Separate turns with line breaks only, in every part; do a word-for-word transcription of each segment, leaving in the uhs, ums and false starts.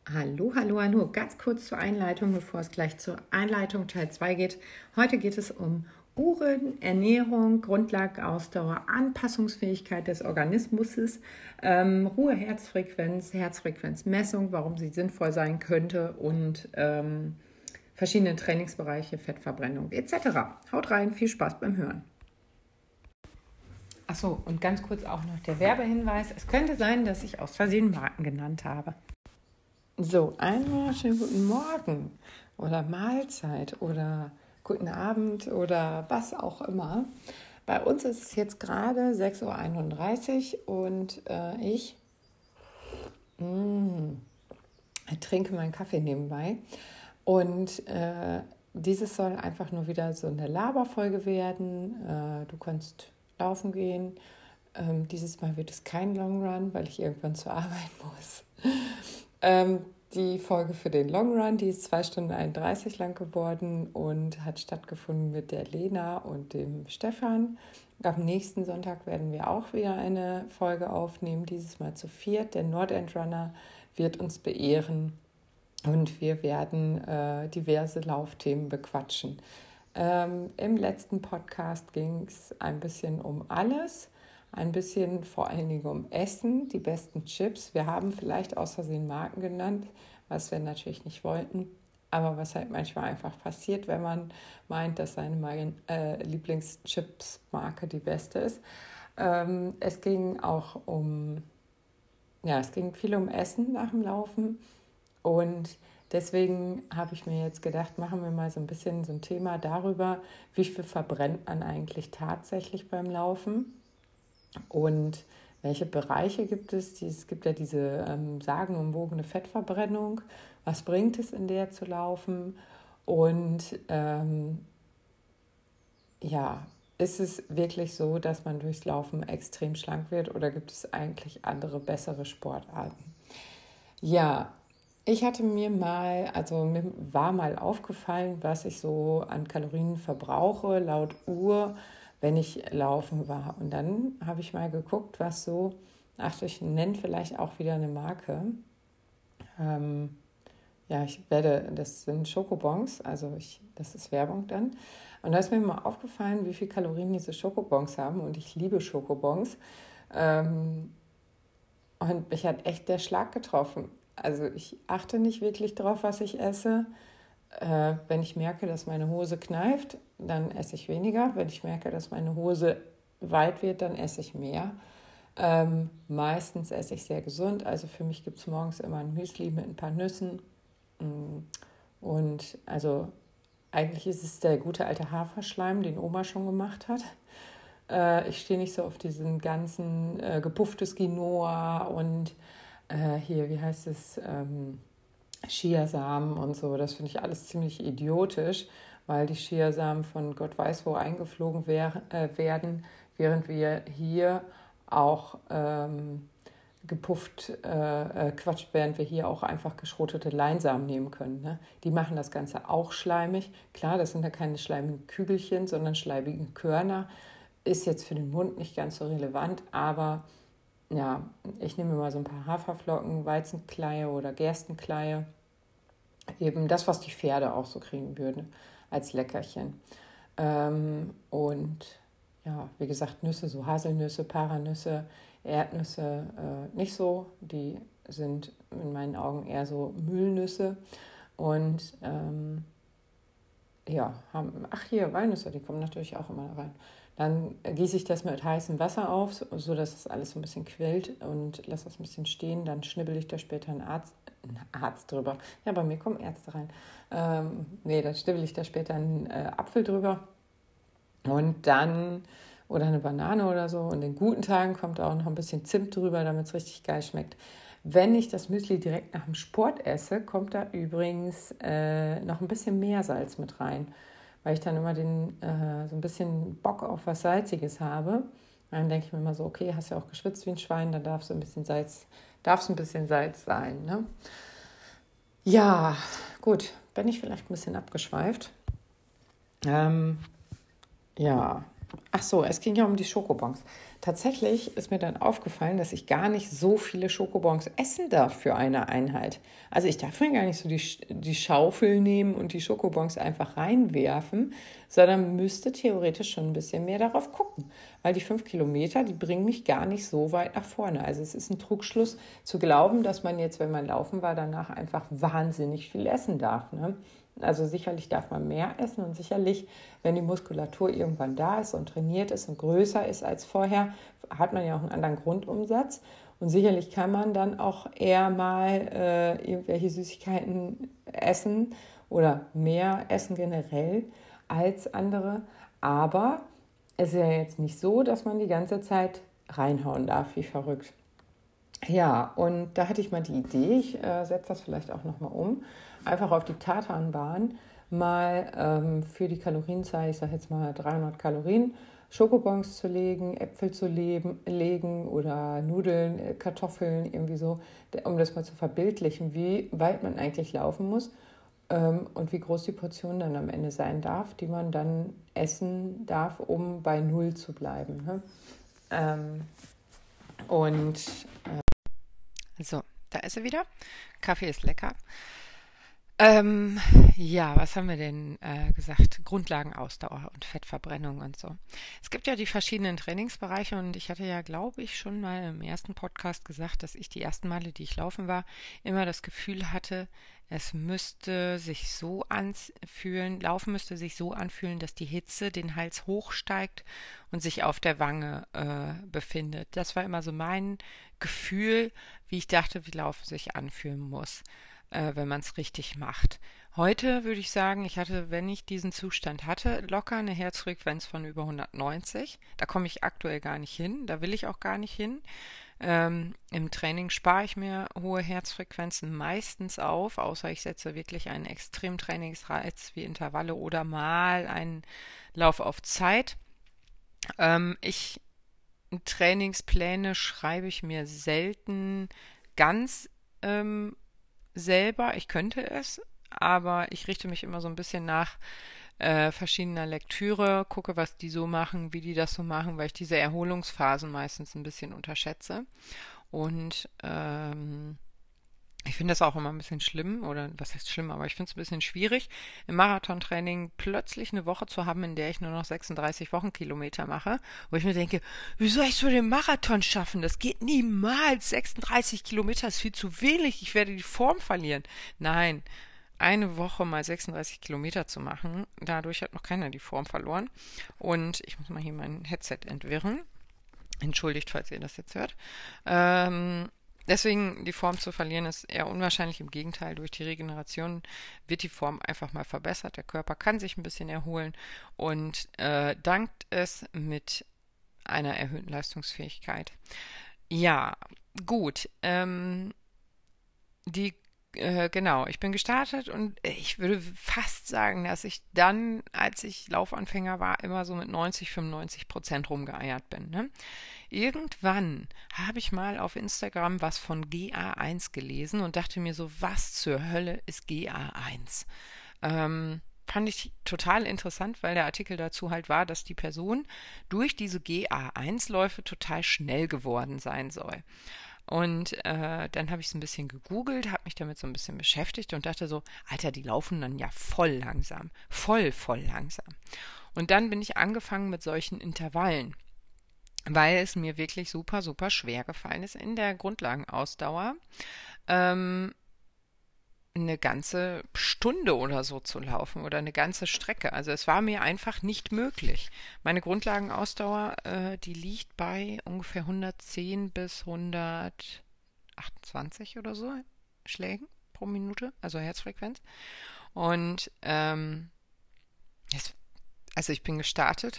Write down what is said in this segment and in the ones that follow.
Hallo, hallo, hallo. Ganz kurz zur Einleitung, bevor es gleich zur Einleitung Teil zwei geht. Heute geht es um Uhren, Ernährung, Grundlage, Ausdauer, Anpassungsfähigkeit des Organismus, ähm, Ruhe, Herzfrequenz, Herzfrequenzmessung, warum sie sinnvoll sein könnte und ähm, verschiedene Trainingsbereiche, Fettverbrennung et cetera. Haut rein, viel Spaß beim Hören. Achso, und ganz kurz auch noch der Werbehinweis. Es könnte sein, dass ich aus Versehen Marken genannt habe. So, einmal schönen guten Morgen oder Mahlzeit oder guten Abend oder was auch immer. Bei uns ist es jetzt gerade sechs Uhr einunddreißig und äh, ich mm, trinke meinen Kaffee nebenbei. Und äh, dieses soll einfach nur wieder so eine Laberfolge werden. Äh, du kannst laufen gehen. Ähm, dieses Mal wird es kein Long Run, weil ich irgendwann zur Arbeit muss. Ähm, die Folge für den Long Run, die ist zwei Stunden einunddreißig lang geworden und hat stattgefunden mit der Lena und dem Stefan. Am nächsten Sonntag werden wir auch wieder eine Folge aufnehmen, dieses Mal zu viert. Der Nordend-Runner wird uns beehren und wir werden äh, diverse Laufthemen bequatschen. Ähm, Im letzten Podcast ging es ein bisschen um alles. Ein bisschen vor allen Dingen um Essen, die besten Chips. Wir haben vielleicht aus Versehen Marken genannt, was wir natürlich nicht wollten, aber was halt manchmal einfach passiert, wenn man meint, dass seine äh, Lieblingschips-Marke die beste ist. Ähm, es ging auch um, ja, es ging viel um Essen nach dem Laufen und deswegen habe ich mir jetzt gedacht, machen wir mal so ein bisschen so ein Thema darüber, wie viel verbrennt man eigentlich tatsächlich beim Laufen. Und welche Bereiche gibt es? Es gibt ja diese ähm, sagenumwogene Fettverbrennung. Was bringt es, in der zu laufen? Und ähm, ja, ist es wirklich so, dass man durchs Laufen extrem schlank wird oder gibt es eigentlich andere, bessere Sportarten? Ja, ich hatte mir mal, also mir war mal aufgefallen, was ich so an Kalorien verbrauche, laut Uhr, wenn ich laufen war. Und dann habe ich mal geguckt, was so, ach, ich nenne vielleicht auch wieder eine Marke. Ähm, ja, ich werde, das sind Schokobons, also ich, das ist Werbung dann. Und da ist mir mal aufgefallen, wie viel Kalorien diese Schokobons haben. Und ich liebe Schokobons. Ähm, und mich hat echt der Schlag getroffen. Also ich achte nicht wirklich drauf, was ich esse. Äh, wenn ich merke, dass meine Hose kneift, dann esse ich weniger. Wenn ich merke, dass meine Hose weit wird, dann esse ich mehr. Ähm, meistens esse ich sehr gesund. Also für mich gibt es morgens immer ein Müsli mit ein paar Nüssen. Und also eigentlich ist es der gute alte Haferschleim, den Oma schon gemacht hat. Äh, ich stehe nicht so auf diesen ganzen äh, gepufftes Quinoa und äh, hier, wie heißt es, ähm, Chiasamen und so. Das finde ich alles ziemlich idiotisch, weil die Chiasamen von Gott weiß wo eingeflogen wär, äh, werden, während wir hier auch ähm, gepufft, äh, Quatsch, während wir hier auch einfach geschrotete Leinsamen nehmen können. Ne? Die machen das Ganze auch schleimig. Klar, das sind ja keine schleimigen Kügelchen, sondern schleimige Körner. Ist jetzt für den Mund nicht ganz so relevant, aber ja, ich nehme mal so ein paar Haferflocken, Weizenkleie oder Gerstenkleie. Eben das, was die Pferde auch so kriegen würden als Leckerchen. Ähm, und ja, wie gesagt, Nüsse, so Haselnüsse, Paranüsse, Erdnüsse äh, nicht so. Die sind in meinen Augen eher so Müllnüsse. Und ähm, ja, haben, ach hier, Walnüsse, die kommen natürlich auch immer rein. Dann gieße ich das mit heißem Wasser auf, sodass es alles so ein bisschen quillt und lasse das ein bisschen stehen. Dann schnibbel ich da später einen Arzt, einen Arzt drüber. Ja, bei mir kommen Ärzte rein. Ähm, nee, dann schnibbel ich da später einen äh, Apfel drüber. Und dann, oder eine Banane oder so. Und in guten Tagen kommt da auch noch ein bisschen Zimt drüber, damit es richtig geil schmeckt. Wenn ich das Müsli direkt nach dem Sport esse, kommt da übrigens äh, noch ein bisschen Meersalz mit rein, weil ich dann immer den, äh, so ein bisschen Bock auf was Salziges habe. Dann denke ich mir immer so, okay, hast ja auch geschwitzt wie ein Schwein, dann darf es ein bisschen Salz, darf es ein bisschen Salz sein. Ne? Ja, gut, bin ich vielleicht ein bisschen abgeschweift. Ähm, ja, Ach so, es ging ja um die Schokobons. Tatsächlich ist mir dann aufgefallen, dass ich gar nicht so viele Schokobons essen darf für eine Einheit. Also ich darf mir gar nicht so die, Sch- die Schaufel nehmen und die Schokobons einfach reinwerfen, sondern müsste theoretisch schon ein bisschen mehr darauf gucken. Weil die fünf Kilometer, die bringen mich gar nicht so weit nach vorne. Also es ist ein Trugschluss zu glauben, dass man jetzt, wenn man laufen war, danach einfach wahnsinnig viel essen darf. Ne? Also sicherlich darf man mehr essen und sicherlich, wenn die Muskulatur irgendwann da ist und trainiert ist und größer ist als vorher, hat man ja auch einen anderen Grundumsatz. Und sicherlich kann man dann auch eher mal äh, irgendwelche Süßigkeiten essen oder mehr essen generell als andere. Aber es ist ja jetzt nicht so, dass man die ganze Zeit reinhauen darf, wie verrückt. Ja, und da hatte ich mal die Idee, ich äh, setze das vielleicht auch nochmal um, einfach auf die Tatanbahn mal ähm, für die Kalorienzahl, ich sage jetzt mal dreihundert Kalorien, Schokobons zu legen, Äpfel zu leben, legen oder Nudeln, äh, Kartoffeln, irgendwie so, um das mal zu verbildlichen, wie weit man eigentlich laufen muss ähm, und wie groß die Portion dann am Ende sein darf, die man dann essen darf, um bei Null zu bleiben. Ne? Ähm, und
So, da ist sie wieder. Kaffee ist lecker. Ähm, ja, was haben wir denn äh, gesagt? Grundlagenausdauer und Fettverbrennung und so. Es gibt ja die verschiedenen Trainingsbereiche und ich hatte ja, glaube ich, schon mal im ersten Podcast gesagt, dass ich die ersten Male, die ich laufen war, immer das Gefühl hatte, es müsste sich so anfühlen, Laufen müsste sich so anfühlen, dass die Hitze den Hals hochsteigt und sich auf der Wange äh, befindet. Das war immer so mein Gefühl, wie ich dachte, wie Laufen sich anfühlen muss, äh, wenn man es richtig macht. Heute würde ich sagen, ich hatte, wenn ich diesen Zustand hatte, locker eine Herzfrequenz von über hundertneunzig. Da komme ich aktuell gar nicht hin, da will ich auch gar nicht hin. Ähm, Im Training spare ich mir hohe Herzfrequenzen meistens auf, außer ich setze wirklich einen Extremtrainingsreiz wie Intervalle oder mal einen Lauf auf Zeit. Ähm, ich Trainingspläne schreibe ich mir selten ganz ähm, selber. Ich könnte es, aber ich richte mich immer so ein bisschen nach äh, verschiedener Lektüre, gucke, was die so machen, wie die das so machen, weil ich diese Erholungsphasen meistens ein bisschen unterschätze. Und ähm, ich finde das auch immer ein bisschen schlimm, oder was heißt schlimm, aber ich finde es ein bisschen schwierig, im Marathontraining plötzlich eine Woche zu haben, in der ich nur noch sechsunddreißig Wochenkilometer mache, wo ich mir denke, wie soll ich so den Marathon schaffen? Das geht niemals. sechsunddreißig Kilometer ist viel zu wenig. Ich werde die Form verlieren. Nein, eine Woche mal sechsunddreißig Kilometer zu machen, dadurch hat noch keiner die Form verloren. Und ich muss mal hier mein Headset entwirren. Entschuldigt, falls ihr das jetzt hört. Ähm, Deswegen die Form zu verlieren ist eher unwahrscheinlich. Im Gegenteil, durch die Regeneration wird die Form einfach mal verbessert. Der Körper kann sich ein bisschen erholen und äh, dankt es mit einer erhöhten Leistungsfähigkeit. Ja, gut. Ähm, die äh, genau, ich bin gestartet und ich würde fast sagen, dass ich dann, als ich Laufanfänger war, immer so mit neunzig, fünfundneunzig Prozent rumgeeiert bin. Ne? Irgendwann habe ich mal auf Instagram was von G A eins gelesen und dachte mir so, was zur Hölle ist G A eins? Ähm, fand ich total interessant, weil der Artikel dazu halt war, dass die Person durch diese G A eins Läufe total schnell geworden sein soll. Und äh, dann habe ich es ein bisschen gegoogelt, habe mich damit so ein bisschen beschäftigt und dachte so, Alter, die laufen dann ja voll langsam, voll, voll langsam. Und dann bin ich angefangen mit solchen Intervallen, weil es mir wirklich super, super schwer gefallen ist in der Grundlagenausdauer. Ähm, eine ganze Stunde oder so zu laufen oder eine ganze Strecke. Also es war mir einfach nicht möglich. Meine Grundlagenausdauer, äh, die liegt bei ungefähr hundertzehn bis hundertachtundzwanzig oder so Schlägen pro Minute, also Herzfrequenz. Und ähm, es, also ich bin gestartet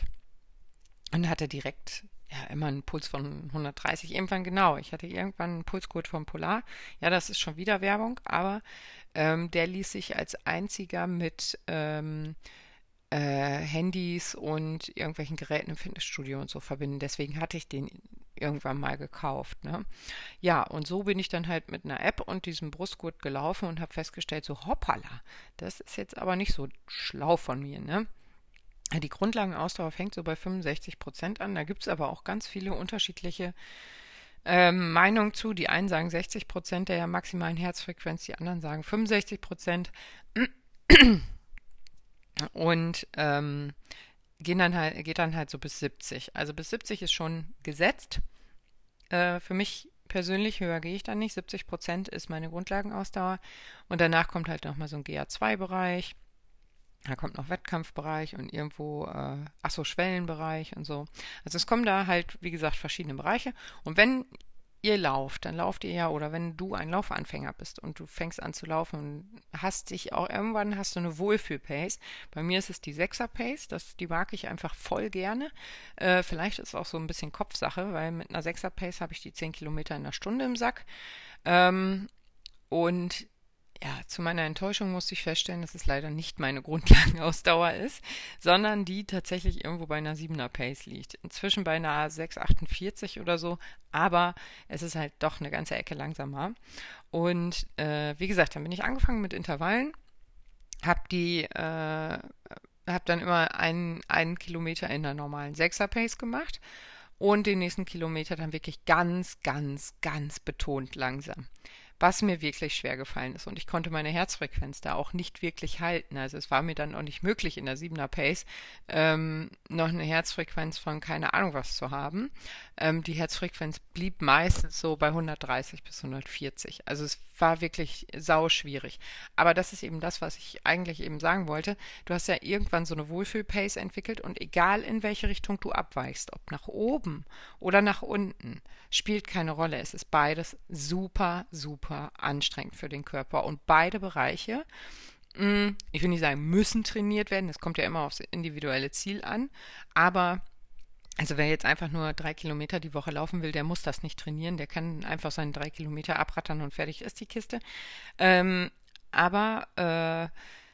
und hatte direkt ja immer einen Puls von hundertdreißig. Irgendwann genau. Ich hatte irgendwann einen Pulsgurt vom Polar. Ja, das ist schon wieder Werbung, aber ähm, der ließ sich als einziger mit ähm, äh, Handys und irgendwelchen Geräten im Fitnessstudio und so verbinden. Deswegen hatte ich den irgendwann mal gekauft. Ne? Ja, und so bin ich dann halt mit einer App und diesem Brustgurt gelaufen und habe festgestellt, so hoppala, das ist jetzt aber nicht so schlau von mir. Ne? Die Grundlagenausdauer fängt so bei fünfundsechzig Prozent an. Da gibt es aber auch ganz viele unterschiedliche ähm, Meinungen zu. Die einen sagen sechzig Prozent der maximalen Herzfrequenz, die anderen sagen fünfundsechzig Prozent. Und ähm, gehen dann halt, geht dann halt so bis siebzig. Also bis siebzig ist schon gesetzt. Äh, für mich persönlich höher gehe ich dann nicht. siebzig Prozent ist meine Grundlagenausdauer. Und danach kommt halt nochmal so ein G A zwei Bereich. Da kommt noch Wettkampfbereich und irgendwo, äh, ach so, Schwellenbereich und so. Also es kommen da halt, wie gesagt, verschiedene Bereiche. Und wenn ihr lauft, dann lauft ihr ja, oder wenn du ein Laufanfänger bist und du fängst an zu laufen und hast dich auch, irgendwann hast du eine Wohlfühl-Pace. Bei mir ist es die sechser-Pace, das, die mag ich einfach voll gerne. Äh, vielleicht ist es auch so ein bisschen Kopfsache, weil mit einer sechser-Pace habe ich die zehn Kilometer in einer Stunde im Sack. Ähm, und ja, zu meiner Enttäuschung musste ich feststellen, dass es leider nicht meine Grundlagenausdauer ist, sondern die tatsächlich irgendwo bei einer siebener Pace liegt. Inzwischen bei einer sechs Komma achtundvierzig oder so, aber es ist halt doch eine ganze Ecke langsamer. Und äh, wie gesagt, dann bin ich angefangen mit Intervallen, habe die, äh, habe dann immer einen, einen Kilometer in der normalen sechser Pace gemacht und den nächsten Kilometer dann wirklich ganz, ganz, ganz betont langsam. Was mir wirklich schwer gefallen ist. Und ich konnte meine Herzfrequenz da auch nicht wirklich halten. Also es war mir dann auch nicht möglich, in der siebener Pace ähm, noch eine Herzfrequenz von keine Ahnung was zu haben. Ähm, die Herzfrequenz blieb meistens so bei hundertdreißig bis hundertvierzig. Also es war wirklich sau schwierig. Aber das ist eben das, was ich eigentlich eben sagen wollte. Du hast ja irgendwann so eine Wohlfühl-Pace entwickelt und egal in welche Richtung du abweichst, ob nach oben oder nach unten, spielt keine Rolle. Es ist beides super, super anstrengend für den Körper. Und beide Bereiche, mh, ich will nicht sagen, müssen trainiert werden. Das kommt ja immer aufs individuelle Ziel an. Aber also wer jetzt einfach nur drei Kilometer die Woche laufen will, der muss das nicht trainieren. Der kann einfach seine drei Kilometer abrattern und fertig ist die Kiste. Ähm, aber äh,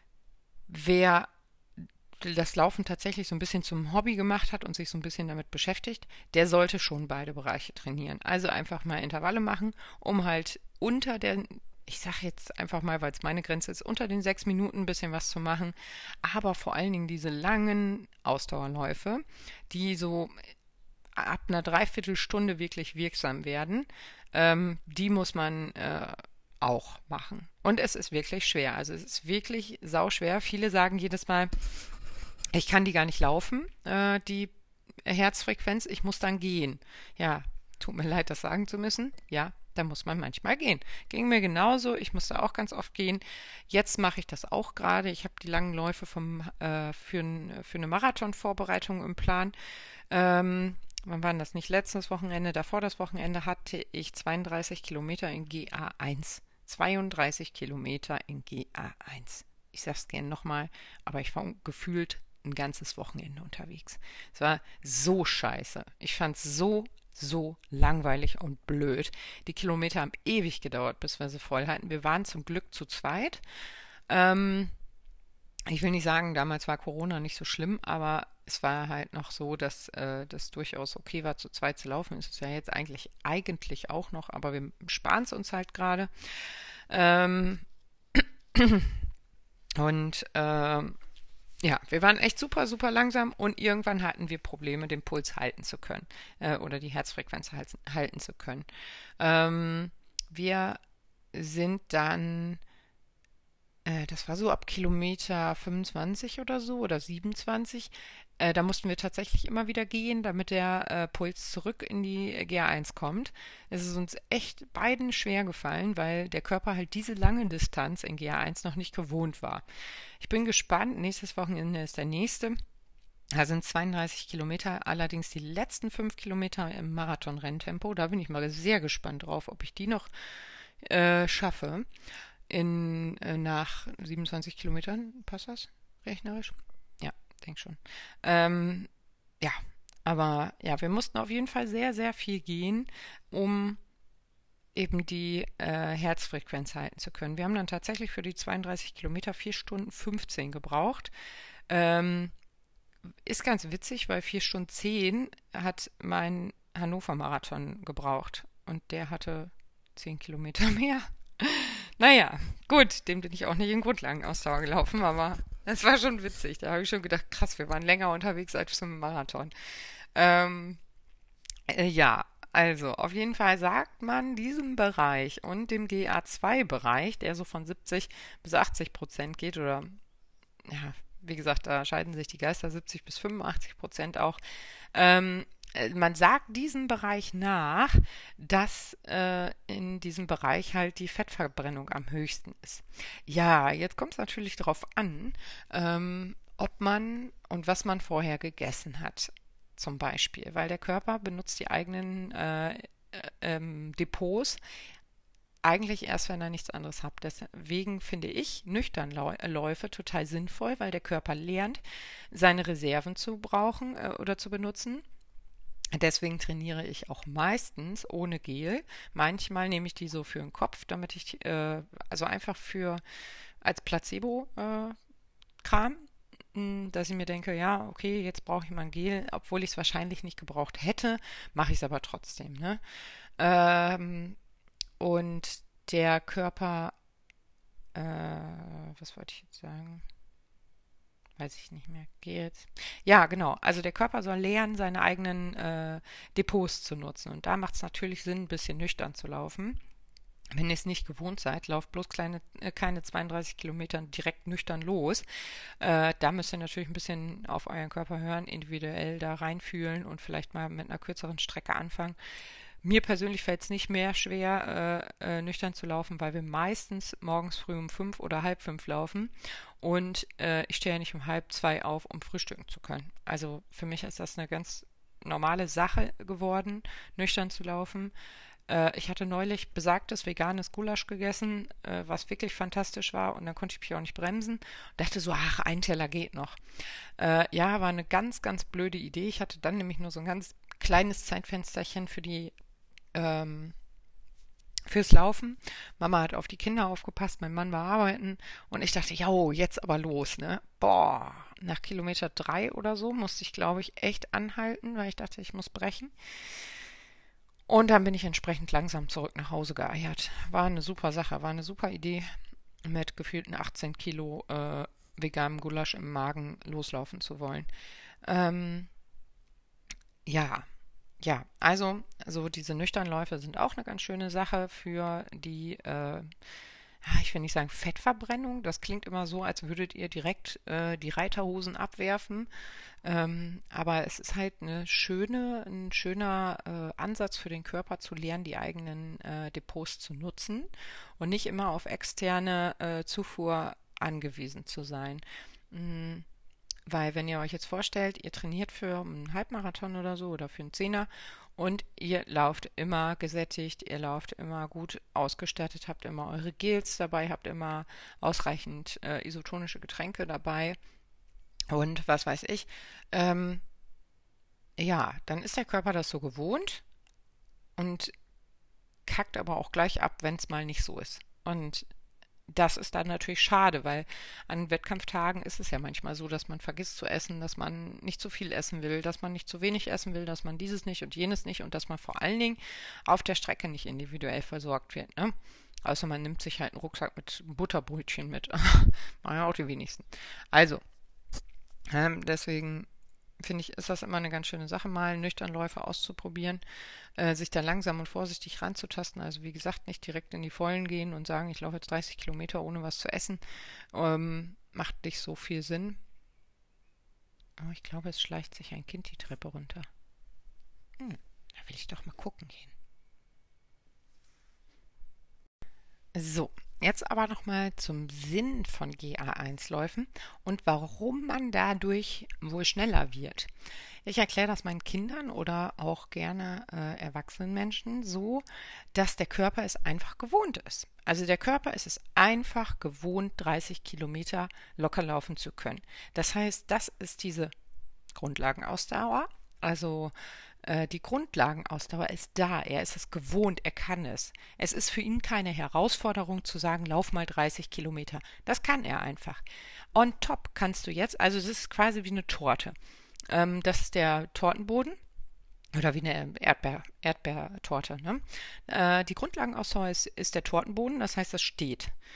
wer das Laufen tatsächlich so ein bisschen zum Hobby gemacht hat und sich so ein bisschen damit beschäftigt, der sollte schon beide Bereiche trainieren. Also einfach mal Intervalle machen, um halt unter der, ich sage jetzt einfach mal, weil es meine Grenze ist, unter den sechs Minuten ein bisschen was zu machen, aber vor allen Dingen diese langen Ausdauerläufe, die so ab einer Dreiviertelstunde wirklich wirksam werden, ähm, die muss man äh, auch machen. Und es ist wirklich schwer. Also es ist wirklich sauschwer. Viele sagen jedes Mal, ich kann die gar nicht laufen, äh, die Herzfrequenz, ich muss dann gehen. Ja, tut mir leid, das sagen zu müssen. Ja, da muss man manchmal gehen. Ging mir genauso, ich musste auch ganz oft gehen. Jetzt mache ich das auch gerade. Ich habe die langen Läufe vom, äh, für, ein, für eine Marathonvorbereitung im Plan. Ähm, wann war das nicht? Letztes Wochenende, davor das Wochenende hatte ich zweiunddreißig Kilometer in G A eins. zweiunddreißig Kilometer in G A eins. Ich sag's gerne nochmal, aber ich war gefühlt ein ganzes Wochenende unterwegs. Es war so scheiße. Ich fand's so, so langweilig und blöd. Die Kilometer haben ewig gedauert, bis wir sie voll hatten. Wir waren zum Glück zu zweit. Ähm, ich will nicht sagen, damals war Corona nicht so schlimm, aber es war halt noch so, dass äh, das durchaus okay war, zu zweit zu laufen. Ist es ja jetzt eigentlich, eigentlich auch noch, aber wir sparen es uns halt gerade. Ähm, und ähm, ja, wir waren echt super, super langsam und irgendwann hatten wir Probleme, den Puls halten zu können äh, oder die Herzfrequenz halten, halten zu können. Ähm, wir sind dann, äh, das war so ab Kilometer fünfundzwanzig oder so oder siebenundzwanzig, äh, da mussten wir tatsächlich immer wieder gehen, damit der äh, Puls zurück in die G A eins kommt. Es ist uns echt beiden schwer gefallen, weil der Körper halt diese lange Distanz in G A eins noch nicht gewohnt war. Ich bin gespannt, nächstes Wochenende ist der nächste. Da sind zweiunddreißig Kilometer, allerdings die letzten fünf Kilometer im Marathon-Renntempo. Da bin ich mal sehr gespannt drauf, ob ich die noch äh, schaffe. In, äh, nach siebenundzwanzig Kilometern, passt das rechnerisch? Ja, denke schon. Ähm, ja, aber ja, wir mussten auf jeden Fall sehr, sehr viel gehen, um eben die äh, Herzfrequenz halten zu können. Wir haben dann tatsächlich für die zweiunddreißig Kilometer vier Stunden fünfzehn gebraucht. Ähm, ist ganz witzig, weil vier Stunden zehn hat mein Hannover-Marathon gebraucht und der hatte zehn Kilometer mehr. Naja, gut, dem bin ich auch nicht in Grundlagenausdauer gelaufen, aber Das war schon witzig. Da habe ich schon gedacht, krass, wir waren länger unterwegs als zum Marathon. Ähm, äh, ja, also auf jeden Fall sagt man diesem Bereich und dem G A zwei Bereich, der so von siebzig bis achtzig Prozent geht, oder ja, wie gesagt, da scheiden sich die Geister, siebzig bis fünfundachtzig Prozent auch. Ähm, äh, man sagt diesem Bereich nach, dass äh, in diesem Bereich halt die Fettverbrennung am höchsten ist. Ja, jetzt kommt es natürlich darauf an, ähm, ob man und was man vorher gegessen hat, zum Beispiel, weil der Körper benutzt die eigenen äh, äh, ähm, Depots eigentlich erst, wenn er nichts anderes hat. Deswegen finde ich nüchtern Läufe total sinnvoll, weil der Körper lernt, seine Reserven zu brauchen äh, oder zu benutzen. Deswegen trainiere ich auch meistens ohne Gel. Manchmal nehme ich die so für den Kopf, damit ich, äh, also einfach für als Placebo-Kram, äh, dass ich mir denke, ja, okay, jetzt brauche ich mal ein Gel, obwohl ich es wahrscheinlich nicht gebraucht hätte, mache ich es aber trotzdem. Ne? Ähm, und der Körper, äh, was wollte ich jetzt sagen? Weiß ich nicht mehr. Geh jetzt. Ja, genau. Also der Körper soll lernen, seine eigenen äh, Depots zu nutzen. Und da macht es natürlich Sinn, ein bisschen nüchtern zu laufen. Wenn ihr es nicht gewohnt seid, lauft bloß kleine, äh, keine zweiunddreißig Kilometer direkt nüchtern los. Äh, da müsst ihr natürlich ein bisschen auf euren Körper hören, individuell da reinfühlen und vielleicht mal mit einer kürzeren Strecke anfangen. Mir persönlich fällt es nicht mehr schwer, äh, äh, nüchtern zu laufen, weil wir meistens morgens früh um fünf oder halb fünf laufen und äh, ich stehe ja nicht um halb zwei auf, um frühstücken zu können. Also für mich ist das eine ganz normale Sache geworden, nüchtern zu laufen. Äh, ich hatte neulich besagtes veganes Gulasch gegessen, äh, was wirklich fantastisch war und dann konnte ich mich auch nicht bremsen und dachte so, ach, ein Teller geht noch. Äh, ja, war eine ganz, ganz blöde Idee. Ich hatte dann nämlich nur so ein ganz kleines Zeitfensterchen für die ähm, fürs Laufen. Mama hat auf die Kinder aufgepasst, mein Mann war arbeiten und ich dachte, ja, jetzt aber los, ne? Boah, nach Kilometer drei oder so musste ich, glaube ich, echt anhalten, weil ich dachte, ich muss brechen. Und dann bin ich entsprechend langsam zurück nach Hause geeiert. War eine super Sache, war eine super Idee, mit gefühlten achtzehn Kilo äh, veganem Gulasch im Magen loslaufen zu wollen. Ähm, ja, Ja, also so diese Nüchternläufe sind auch eine ganz schöne Sache für die, äh, ja, ich will nicht sagen Fettverbrennung. Das klingt immer so, als würdet ihr direkt äh, die Reiterhosen abwerfen. Ähm, aber es ist halt eine schöne, ein schöner äh, Ansatz für den Körper zu lernen, die eigenen äh, Depots zu nutzen und nicht immer auf externe äh, Zufuhr angewiesen zu sein. Mm. Weil wenn ihr euch jetzt vorstellt, ihr trainiert für einen Halbmarathon oder so oder für einen Zehner und ihr lauft immer gesättigt, ihr lauft immer gut ausgestattet, habt immer eure Gels dabei, habt immer ausreichend äh, isotonische Getränke dabei und was weiß ich, ähm, ja, dann ist der Körper das so gewohnt und kackt aber auch gleich ab, wenn es mal nicht so ist. Und das ist dann natürlich schade, weil an Wettkampftagen ist es ja manchmal so, dass man vergisst zu essen, dass man nicht zu viel essen will, dass man nicht zu wenig essen will, dass man dieses nicht und jenes nicht und dass man vor allen Dingen auf der Strecke nicht individuell versorgt wird. Ne? Außer man nimmt sich halt einen Rucksack mit Butterbrötchen mit. Machen ja auch die wenigsten. Also, ähm, deswegen finde ich, ist das immer eine ganz schöne Sache, mal Nüchternläufe auszuprobieren, äh, sich da langsam und vorsichtig ranzutasten. Also wie gesagt, nicht direkt in die Vollen gehen und sagen, ich laufe jetzt dreißig Kilometer ohne was zu essen. Ähm, macht nicht so viel Sinn. Aber ich glaube, es schleicht sich ein Kind die Treppe runter. Hm, da will ich doch mal gucken gehen. So, jetzt aber nochmal zum Sinn von G A eins Läufen und warum man dadurch wohl schneller wird. Ich erkläre das meinen Kindern oder auch gerne äh, erwachsenen Menschen so, dass der Körper es einfach gewohnt ist. Also der Körper ist es einfach gewohnt, dreißig Kilometer locker laufen zu können. Das heißt, das ist diese Grundlagenausdauer. Also äh, die Grundlagenausdauer ist da. Er ist es gewohnt, er kann es. Es ist für ihn keine Herausforderung zu sagen, lauf mal dreißig Kilometer. Das kann er einfach. On top kannst du jetzt, also es ist quasi wie eine Torte. Ähm, das ist der Tortenboden. Oder wie eine Erdbeer, Erdbeertorte. Ne? Äh, die Grundlagenausdauer ist, ist der Tortenboden, das heißt, das steht.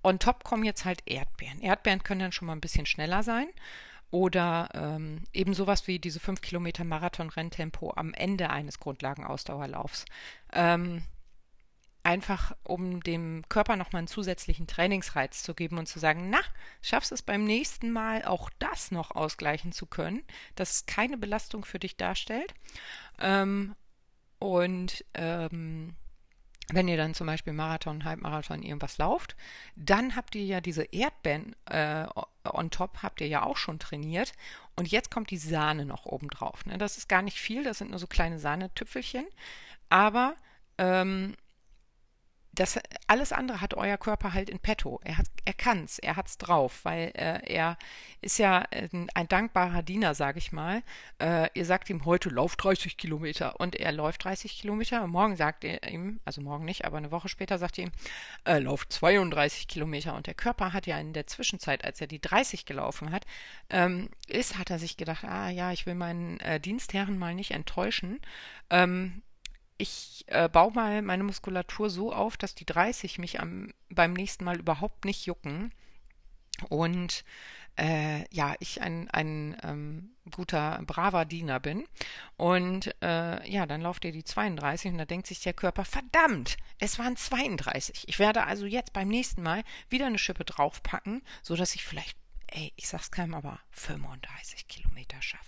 on top kommen jetzt halt Erdbeeren. Erdbeeren können dann schon mal ein bisschen schneller sein. Oder ähm, eben sowas wie diese fünf Kilometer Marathon-Renntempo am Ende eines Grundlagenausdauerlaufs. Ähm, einfach um dem Körper nochmal einen zusätzlichen Trainingsreiz zu geben und zu sagen, na, schaffst es beim nächsten Mal auch das noch ausgleichen zu können, dass es keine Belastung für dich darstellt. Ähm, und ähm, wenn ihr dann zum Beispiel Marathon, Halbmarathon, irgendwas lauft, dann habt ihr ja diese Erdbeeren äh, on top, habt ihr ja auch schon trainiert. Und jetzt kommt die Sahne noch oben drauf. Ne? Das ist gar nicht viel, das sind nur so kleine Sahnetüpfelchen. Aber ähm, das alles andere hat euer Körper halt in petto. Er hat, er kann's, er hat's drauf, weil äh, er ist ja ein, ein dankbarer Diener, sage ich mal. Äh, ihr sagt ihm heute, lauf dreißig Kilometer und er läuft dreißig Kilometer. Und morgen sagt er ihm, also morgen nicht, aber eine Woche später sagt ihr ihm, äh, lauf zweiunddreißig Kilometer. Und der Körper hat ja in der Zwischenzeit, als er die dreißig gelaufen hat, ähm, ist, hat er sich gedacht, ah ja, ich will meinen äh, Dienstherren mal nicht enttäuschen. Ähm, Ich äh, baue mal meine Muskulatur so auf, dass die dreißig mich am, beim nächsten Mal überhaupt nicht jucken. Und äh, ja, ich ein, ein ähm, guter, braver Diener bin. Und äh, ja, dann lauft ihr die zweiunddreißig und da denkt sich der Körper, verdammt, es waren zweiunddreißig. Ich werde also jetzt beim nächsten Mal wieder eine Schippe draufpacken, sodass ich vielleicht, ey, ich sag's keinem, aber fünfunddreißig Kilometer schaffe.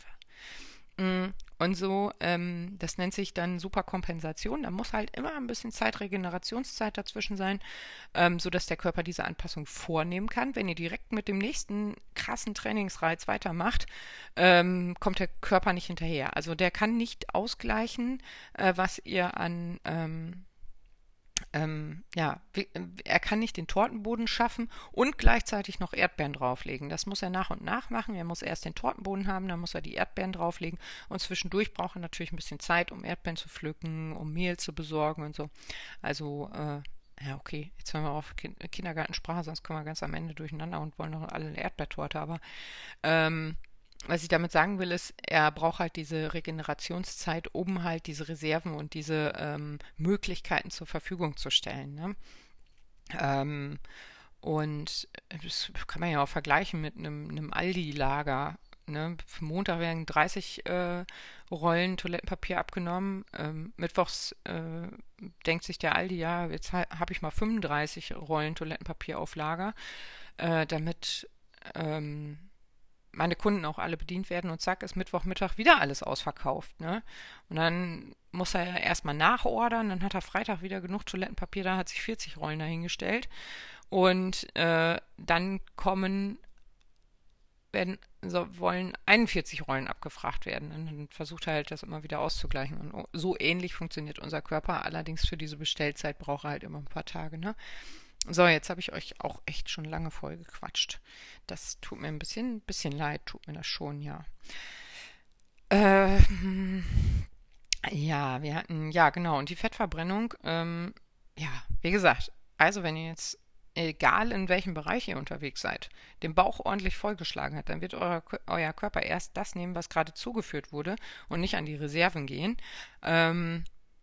Und so, ähm, das nennt sich dann Superkompensation. Da muss halt immer ein bisschen Zeit, Regenerationszeit dazwischen sein, ähm, sodass der Körper diese Anpassung vornehmen kann. Wenn ihr direkt mit dem nächsten krassen Trainingsreiz weitermacht, ähm, kommt der Körper nicht hinterher. Also der kann nicht ausgleichen, äh, was ihr an ähm, ähm, ja, er kann nicht den Tortenboden schaffen und gleichzeitig noch Erdbeeren drauflegen. Das muss er nach und nach machen. Er muss erst den Tortenboden haben, dann muss er die Erdbeeren drauflegen und zwischendurch braucht er natürlich ein bisschen Zeit, um Erdbeeren zu pflücken, um Mehl zu besorgen und so. Also, äh, ja, okay, jetzt hören wir auf Kindergartensprache, sonst kommen wir ganz am Ende durcheinander und wollen noch alle eine Erdbeertorte, aber ähm, was ich damit sagen will, ist, er braucht halt diese Regenerationszeit, um halt diese Reserven und diese ähm, Möglichkeiten zur Verfügung zu stellen. Ne? Ähm, und das kann man ja auch vergleichen mit einem, einem Aldi-Lager. Ne? Montag werden dreißig äh, Rollen Toilettenpapier abgenommen. Ähm, mittwochs äh, denkt sich der Aldi, ja, jetzt ha habe ich mal fünfunddreißig Rollen Toilettenpapier auf Lager, äh, damit ähm, meine Kunden auch alle bedient werden und zack, ist Mittwochmittag wieder alles ausverkauft. Ne? Und dann muss er ja erstmal nachordern, dann hat er Freitag wieder genug Toilettenpapier, da hat sich vierzig Rollen dahingestellt. Und äh, dann kommen, werden, so, wollen einundvierzig Rollen abgefragt werden. Und dann versucht er halt, das immer wieder auszugleichen. Und so ähnlich funktioniert unser Körper, allerdings für diese Bestellzeit braucht er halt immer ein paar Tage. Ne? So, jetzt habe ich euch auch echt schon lange voll gequatscht. Das tut mir ein bisschen, bisschen leid, tut mir das schon, ja. Ähm, ja, wir hatten, ja, genau, und die Fettverbrennung, ähm, ja, wie gesagt, also wenn ihr jetzt, egal in welchem Bereich ihr unterwegs seid, den Bauch ordentlich vollgeschlagen hat, dann wird euer, euer Körper erst das nehmen, was gerade zugeführt wurde und nicht an die Reserven gehen. Ähm,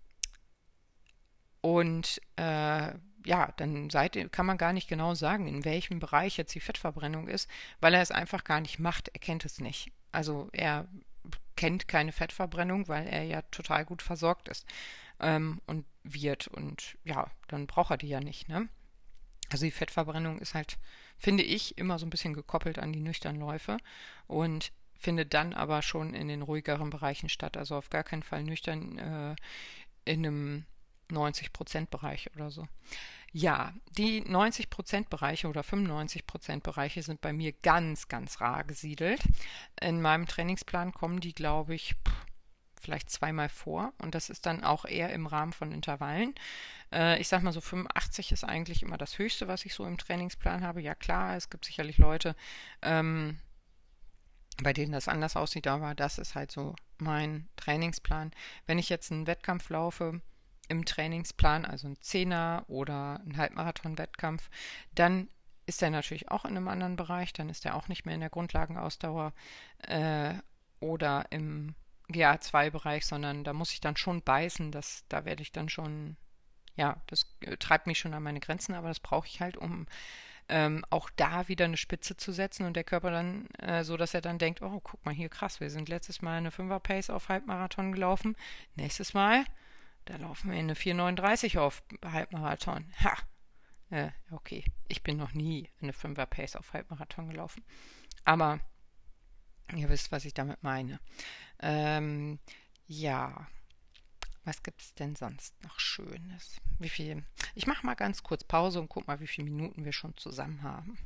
und, äh, ja, dann seid ihr, kann man gar nicht genau sagen, in welchem Bereich jetzt die Fettverbrennung ist, weil er es einfach gar nicht macht. Er kennt es nicht. Also er kennt keine Fettverbrennung, weil er ja total gut versorgt ist ähm, und wird. Und ja, dann braucht er die ja nicht, ne? Also die Fettverbrennung ist halt, finde ich, immer so ein bisschen gekoppelt an die nüchternen Läufe und findet dann aber schon in den ruhigeren Bereichen statt. Also auf gar keinen Fall nüchtern äh, in einem neunzig-Prozent-Bereich oder so. Ja, die neunzig-Prozent-Bereiche oder fünfundneunzig-Prozent-Bereiche sind bei mir ganz, ganz rar gesiedelt. In meinem Trainingsplan kommen die, glaube ich, vielleicht zweimal vor und das ist dann auch eher im Rahmen von Intervallen. Äh, ich sag mal so fünfundachtzig ist eigentlich immer das Höchste, was ich so im Trainingsplan habe. Ja klar, es gibt sicherlich Leute, ähm, bei denen das anders aussieht, aber das ist halt so mein Trainingsplan. Wenn ich jetzt einen Wettkampf laufe, im Trainingsplan, also ein Zehner oder ein Halbmarathon-Wettkampf, dann ist er natürlich auch in einem anderen Bereich, dann ist er auch nicht mehr in der Grundlagenausdauer äh, oder im G A zwei Bereich, sondern da muss ich dann schon beißen, das, da werde ich dann schon, ja, das äh, treibt mich schon an meine Grenzen, aber das brauche ich halt, um ähm, auch da wieder eine Spitze zu setzen und der Körper dann äh, so, dass er dann denkt, oh, guck mal hier, krass, wir sind letztes Mal eine Fünfer-Pace auf Halbmarathon gelaufen, nächstes Mal, da laufen wir eine vier neununddreißig auf Halbmarathon. Ha! Äh, okay, ich bin noch nie eine Fünfer-Pace auf Halbmarathon gelaufen. Aber ihr wisst, was ich damit meine. Ähm, ja, was gibt es denn sonst noch Schönes? Wie viel? Ich mache mal ganz kurz Pause und guck mal, wie viele Minuten wir schon zusammen haben.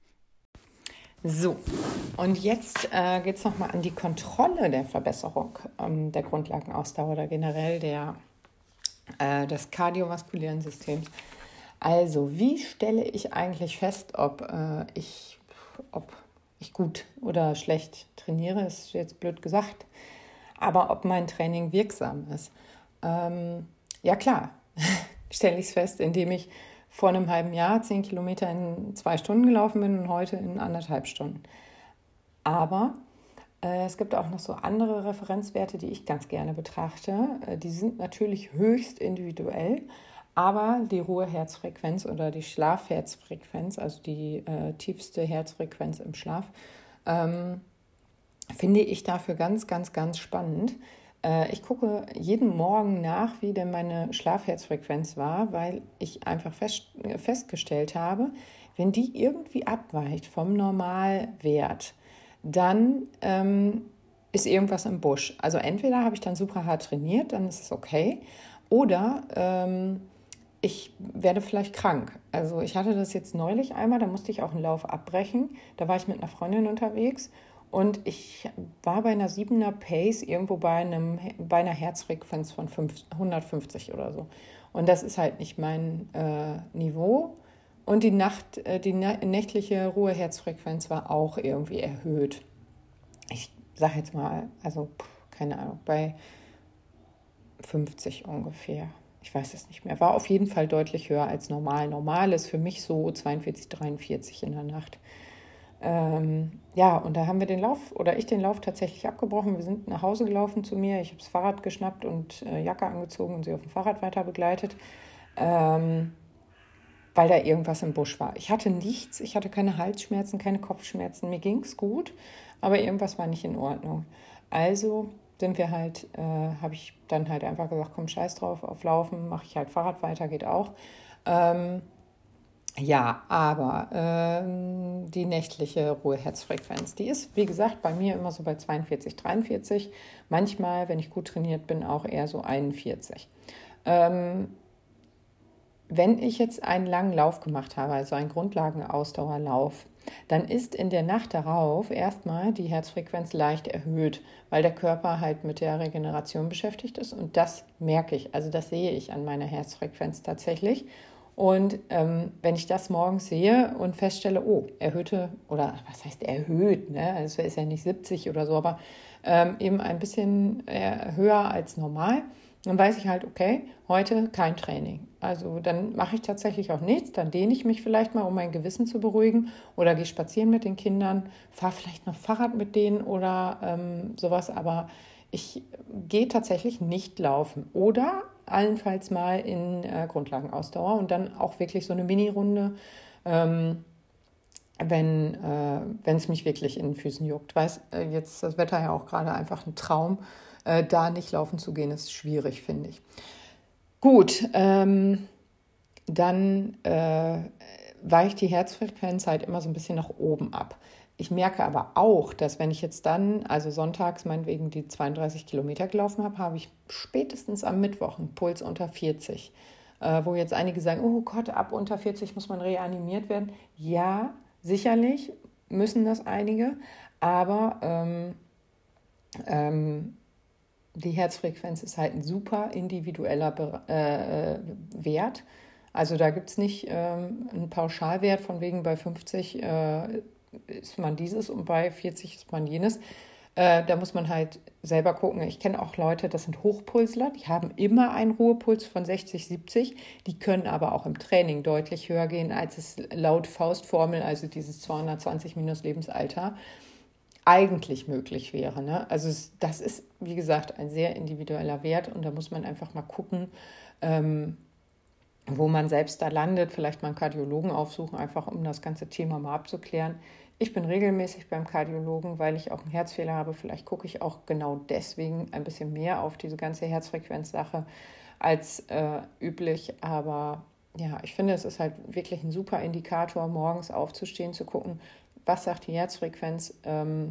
So, und jetzt äh, geht es nochmal an die Kontrolle der Verbesserung ähm, der Grundlagenausdauer oder generell der, äh, des kardiovaskulären Systems. Also, wie stelle ich eigentlich fest, ob, äh, ich, ob ich gut oder schlecht trainiere, ist jetzt blöd gesagt, aber ob mein Training wirksam ist? Ähm, ja klar, stelle ich es fest, indem ich vor einem halben Jahr zehn Kilometer in zwei Stunden gelaufen bin und heute in anderthalb Stunden. Aber äh, es gibt auch noch so andere Referenzwerte, die ich ganz gerne betrachte. Äh, die sind natürlich höchst individuell, aber die Ruheherzfrequenz oder die Schlafherzfrequenz, also die äh, tiefste Herzfrequenz im Schlaf, ähm, finde ich dafür ganz, ganz, ganz spannend. Äh, ich gucke jeden Morgen nach, wie denn meine Schlafherzfrequenz war, weil ich einfach fest, festgestellt habe, wenn die irgendwie abweicht vom Normalwert, dann ähm, ist irgendwas im Busch. Also entweder habe ich dann super hart trainiert, dann ist es okay, oder ähm, ich werde vielleicht krank. Also ich hatte das jetzt neulich einmal, da musste ich auch einen Lauf abbrechen. Da war ich mit einer Freundin unterwegs und ich war bei einer siebener Pace irgendwo bei, einem, bei einer Herzfrequenz von hundertfünfzig oder so. Und das ist halt nicht mein äh, Niveau. Und die, Nacht, äh, die na- nächtliche Ruheherzfrequenz war auch irgendwie erhöht. Ich sage jetzt mal, also pff, keine Ahnung, bei fünfzig ungefähr. Ich weiß es nicht mehr. War auf jeden Fall deutlich höher als normal. Normal ist für mich so zweiundvierzig, dreiundvierzig in der Nacht. Ähm, ja, und da haben wir den Lauf oder ich den Lauf tatsächlich abgebrochen. Wir sind nach Hause gelaufen zu mir. Ich habe das Fahrrad geschnappt und äh, Jacke angezogen und sie auf dem Fahrrad weiter begleitet, ähm, weil da irgendwas im Busch war. Ich hatte nichts. Ich hatte keine Halsschmerzen, keine Kopfschmerzen. Mir ging es gut, aber irgendwas war nicht in Ordnung. Also sind wir halt, äh, habe ich dann halt einfach gesagt, komm, scheiß drauf, auf Laufen, mache ich halt Fahrrad weiter, geht auch. Ähm, ja, aber ähm, die nächtliche Ruheherzfrequenz, die ist, wie gesagt, bei mir immer so bei zweiundvierzig, dreiundvierzig. Manchmal, wenn ich gut trainiert bin, auch eher so einundvierzig. Ähm, wenn ich jetzt einen langen Lauf gemacht habe, also einen Grundlagenausdauerlauf, dann ist in der Nacht darauf erstmal die Herzfrequenz leicht erhöht, weil der Körper halt mit der Regeneration beschäftigt ist und das merke ich, also das sehe ich an meiner Herzfrequenz tatsächlich. Und ähm, wenn ich das morgens sehe und feststelle, oh, erhöhte, oder was heißt erhöht, ne? Also es ist ja nicht siebzig oder so, aber ähm, eben ein bisschen äh, höher als normal, dann weiß ich halt, okay, heute kein Training. Also dann mache ich tatsächlich auch nichts, dann dehne ich mich vielleicht mal, um mein Gewissen zu beruhigen oder gehe spazieren mit den Kindern, fahre vielleicht noch Fahrrad mit denen oder ähm, sowas, aber ich gehe tatsächlich nicht laufen oder allenfalls mal in äh, Grundlagenausdauer und dann auch wirklich so eine Mini-Runde, ähm, wenn äh, wenn es mich wirklich in den Füßen juckt. Weiß, äh, jetzt ist das Wetter ja auch gerade einfach ein Traum. Äh, da nicht laufen zu gehen, ist schwierig, finde ich. Gut, ähm, dann äh, weicht die Herzfrequenz halt immer so ein bisschen nach oben ab. Ich merke aber auch, dass wenn ich jetzt dann, also sonntags meinetwegen die zweiunddreißig Kilometer gelaufen habe, habe ich spätestens am Mittwoch einen Puls unter vierzig. Äh, wo jetzt einige sagen, oh Gott, ab unter vierzig muss man reanimiert werden. Ja, sicherlich müssen das einige, aber ähm, ähm, die Herzfrequenz ist halt ein super individueller äh, Wert. Also da gibt es nicht ähm, einen Pauschalwert von wegen bei fünfzig äh, ist man dieses und bei vierzig ist man jenes. Äh, da muss man halt selber gucken. Ich kenne auch Leute, das sind Hochpulsler, die haben immer einen Ruhepuls von sechzig, siebzig. Die können aber auch im Training deutlich höher gehen, als es laut Faustformel, also dieses zweihundertzwanzig minus Lebensalter, eigentlich möglich wäre. Ne? Also es, das ist, wie gesagt, ein sehr individueller Wert und da muss man einfach mal gucken, ähm, wo man selbst da landet, vielleicht mal einen Kardiologen aufsuchen, einfach um das ganze Thema mal abzuklären. Ich bin regelmäßig beim Kardiologen, weil ich auch einen Herzfehler habe. Vielleicht gucke ich auch genau deswegen ein bisschen mehr auf diese ganze Herzfrequenzsache als äh, üblich. Aber ja, ich finde, es ist halt wirklich ein super Indikator, morgens aufzustehen, zu gucken, was sagt die Herzfrequenz, ähm,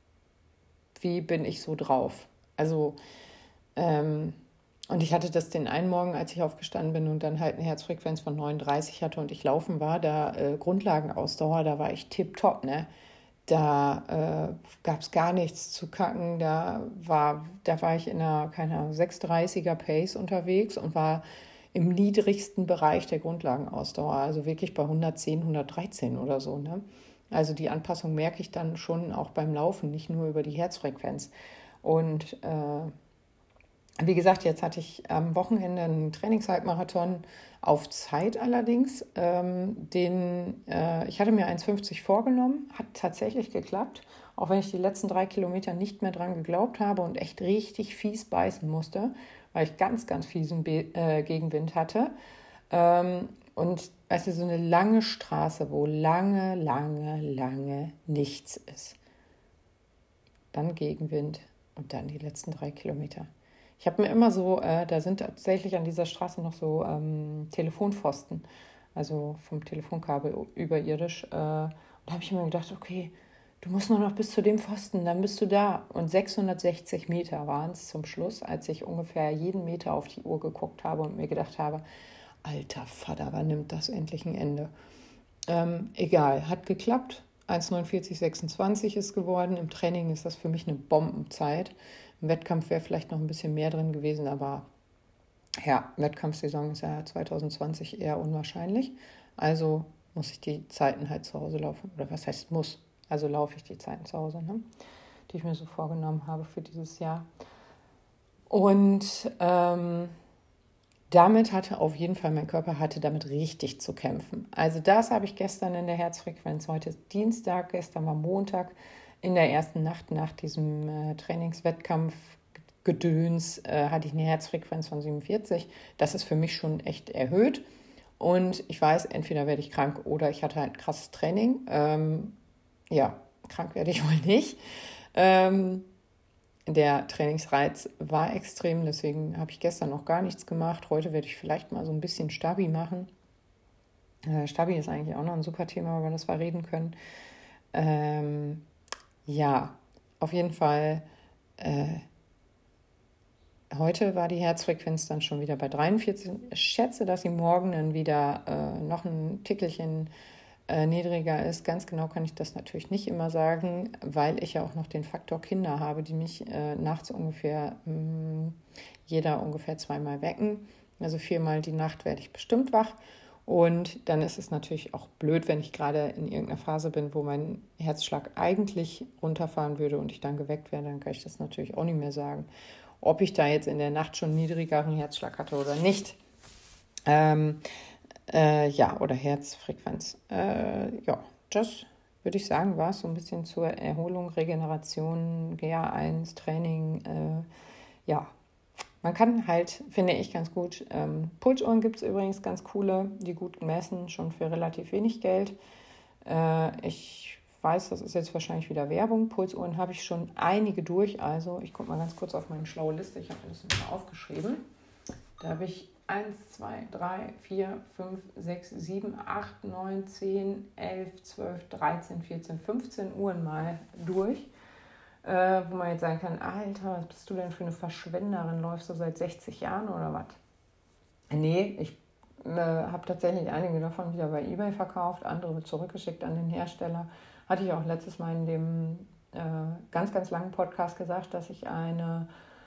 wie bin ich so drauf. Also, ähm, und ich hatte das den einen Morgen, als ich aufgestanden bin und dann halt eine Herzfrequenz von neununddreißig hatte und ich laufen war, da äh, Grundlagenausdauer, da war ich tipptopp, ne? Da äh, gab es gar nichts zu kacken, da war, da war ich in einer, keine Ahnung, sechshundertdreißiger Pace unterwegs und war im niedrigsten Bereich der Grundlagenausdauer, also wirklich bei hundertzehn, hundertdreizehn oder so, ne? Also die Anpassung merke ich dann schon auch beim Laufen, nicht nur über die Herzfrequenz. Und äh, wie gesagt, jetzt hatte ich am Wochenende einen Trainingshalbmarathon auf Zeit allerdings. Ähm, den, äh, ich hatte mir eins fünfzig vorgenommen, hat tatsächlich geklappt, auch wenn ich die letzten drei Kilometer nicht mehr dran geglaubt habe und echt richtig fies beißen musste, weil ich ganz, ganz fiesen Be- äh, Gegenwind hatte. Ähm, und weißt du, so eine lange Straße, wo lange, lange, lange nichts ist. Dann Gegenwind und dann die letzten drei Kilometer. Ich habe mir immer so, äh, da sind tatsächlich an dieser Straße noch so ähm, Telefonpfosten, also vom Telefonkabel überirdisch. Äh, und da habe ich mir gedacht, okay, du musst nur noch bis zu dem Pfosten, dann bist du da. Und sechshundertsechzig Meter waren es zum Schluss, als ich ungefähr jeden Meter auf die Uhr geguckt habe und mir gedacht habe, alter Vater, wann nimmt das endlich ein Ende? Ähm, egal, hat geklappt. eins neunundvierzig sechsundzwanzig ist geworden. Im Training ist das für mich eine Bombenzeit. Im Wettkampf wäre vielleicht noch ein bisschen mehr drin gewesen, aber ja, Wettkampfsaison ist ja zwanzig zwanzig eher unwahrscheinlich. Also muss ich die Zeiten halt zu Hause laufen. Oder was heißt muss? Also laufe ich die Zeiten zu Hause, ne? Die ich mir so vorgenommen habe für dieses Jahr. Und ähm, damit hatte auf jeden Fall, mein Körper hatte damit richtig zu kämpfen. Also das habe ich gestern in der Herzfrequenz, heute ist Dienstag, gestern war Montag, in der ersten Nacht nach diesem äh, Trainingswettkampf-Gedöns äh, hatte ich eine Herzfrequenz von siebenundvierzig. Das ist für mich schon echt erhöht. Und ich weiß, entweder werde ich krank oder ich hatte ein krasses Training. Ähm, ja, krank werde ich wohl nicht. Ähm, Der Trainingsreiz war extrem, deswegen habe ich gestern noch gar nichts gemacht. Heute werde ich vielleicht mal so ein bisschen Stabi machen. Äh, Stabi ist eigentlich auch noch ein super Thema, über das wir reden können. Ähm, ja, auf jeden Fall. Äh, heute war die Herzfrequenz dann schon wieder bei dreiundvierzig. Ich schätze, dass sie morgen dann wieder äh, noch ein Tickelchen äh, niedriger ist. Ganz genau kann ich das natürlich nicht immer sagen, weil ich ja auch noch den Faktor Kinder habe, die mich äh, nachts ungefähr mh, jeder ungefähr zweimal wecken. Also viermal die Nacht werde ich bestimmt wach. Und dann ist es natürlich auch blöd, wenn ich gerade in irgendeiner Phase bin, wo mein Herzschlag eigentlich runterfahren würde und ich dann geweckt werde, dann kann ich das natürlich auch nicht mehr sagen, ob ich da jetzt in der Nacht schon niedrigeren Herzschlag hatte oder nicht. Ähm, Äh, ja, oder Herzfrequenz. Äh, ja, das würde ich sagen, war es so ein bisschen zur Erholung, Regeneration, G A eins, Training. Äh, ja, man kann halt, finde ich, ganz gut. Ähm, Pulsuhren gibt es übrigens ganz coole, die gut messen, schon für relativ wenig Geld. Äh, ich weiß, das ist jetzt wahrscheinlich wieder Werbung. Pulsuhren habe ich schon einige durch. Also, ich gucke mal ganz kurz auf meine schlaue Liste. Ich habe das mal aufgeschrieben. Da habe ich eins, zwei, drei, vier, fünf, sechs, sieben, acht, neun, zehn, elf, zwölf, dreizehn, vierzehn, fünfzehn Uhren mal durch, äh, wo man jetzt sagen kann, Alter, was bist du denn für eine Verschwenderin? Läufst du seit sechzig Jahren oder was? Nee, ich äh, habe tatsächlich einige davon wieder bei eBay verkauft, andere zurückgeschickt an den Hersteller. Hatte ich auch letztes Mal in dem äh, ganz, ganz langen Podcast gesagt, dass ich eine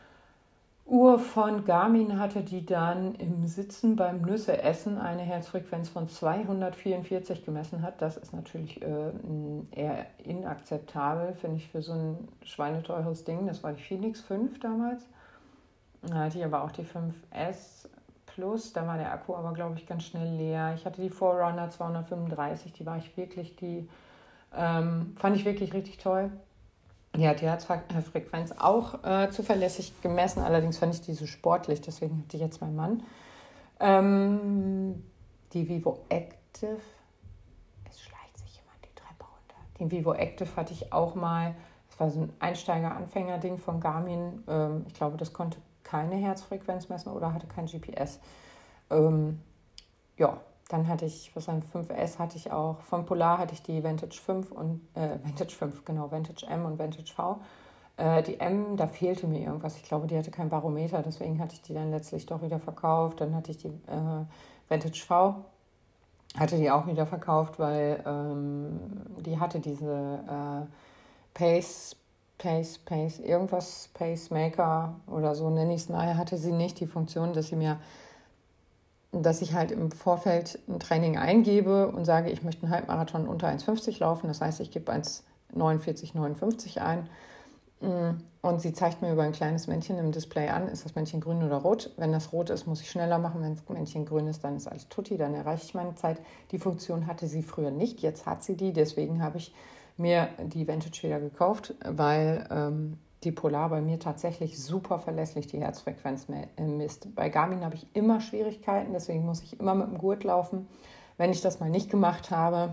Uhr von Garmin hatte, die dann im Sitzen beim Nüsse-Essen eine Herzfrequenz von zweihundertvierundvierzig gemessen hat. Das ist natürlich äh, eher inakzeptabel, finde ich, für so ein schweineteures Ding. Das war die Phoenix fünf damals. Da hatte ich aber auch die fünf S Plus, da war der Akku aber, glaube ich, ganz schnell leer. Ich hatte die Forerunner zweihundertfünfunddreißig, die war ich wirklich, die ähm, fand ich wirklich richtig toll. Die hat die Herzfrequenz auch äh, zuverlässig gemessen, allerdings fand ich die so sportlich, deswegen hatte ich jetzt meinen Mann Ähm, die Vivo Active, es schleicht sich jemand die Treppe runter. Den Vivo Active hatte ich auch mal, das war so ein Einsteiger-Anfänger-Ding von Garmin. Ähm, ich glaube, das konnte keine Herzfrequenz messen oder hatte kein G P S. Ähm, ja, dann hatte ich, was ein fünf S hatte ich auch, von Polar hatte ich die Vantage fünf und, äh, Vantage fünf, genau, Vantage M und Vantage V. Äh, die M, da fehlte mir irgendwas. Ich glaube, die hatte kein Barometer, deswegen hatte ich die dann letztlich doch wieder verkauft. Dann hatte ich die äh, Vantage V, hatte die auch wieder verkauft, weil ähm, die hatte diese äh, Pace, Pace, Pace, irgendwas, Pacemaker oder so nenne ich es. Naja, hatte sie nicht die Funktion, dass sie mir, dass ich halt im Vorfeld ein Training eingebe und sage, ich möchte einen Halbmarathon unter eins fünfzig laufen. Das heißt, ich gebe eins neunundvierzig neunundfünfzig ein. Und sie zeigt mir über ein kleines Männchen im Display an, ist das Männchen grün oder rot. Wenn das rot ist, muss ich schneller machen. Wenn das Männchen grün ist, dann ist alles tutti, dann erreiche ich meine Zeit. Die Funktion hatte sie früher nicht, jetzt hat sie die. Deswegen habe ich mir die Vantage wieder gekauft, weil ähm, die Polar bei mir tatsächlich super verlässlich die Herzfrequenz misst. Bei Garmin habe ich immer Schwierigkeiten, deswegen muss ich immer mit dem Gurt laufen. Wenn ich das mal nicht gemacht habe,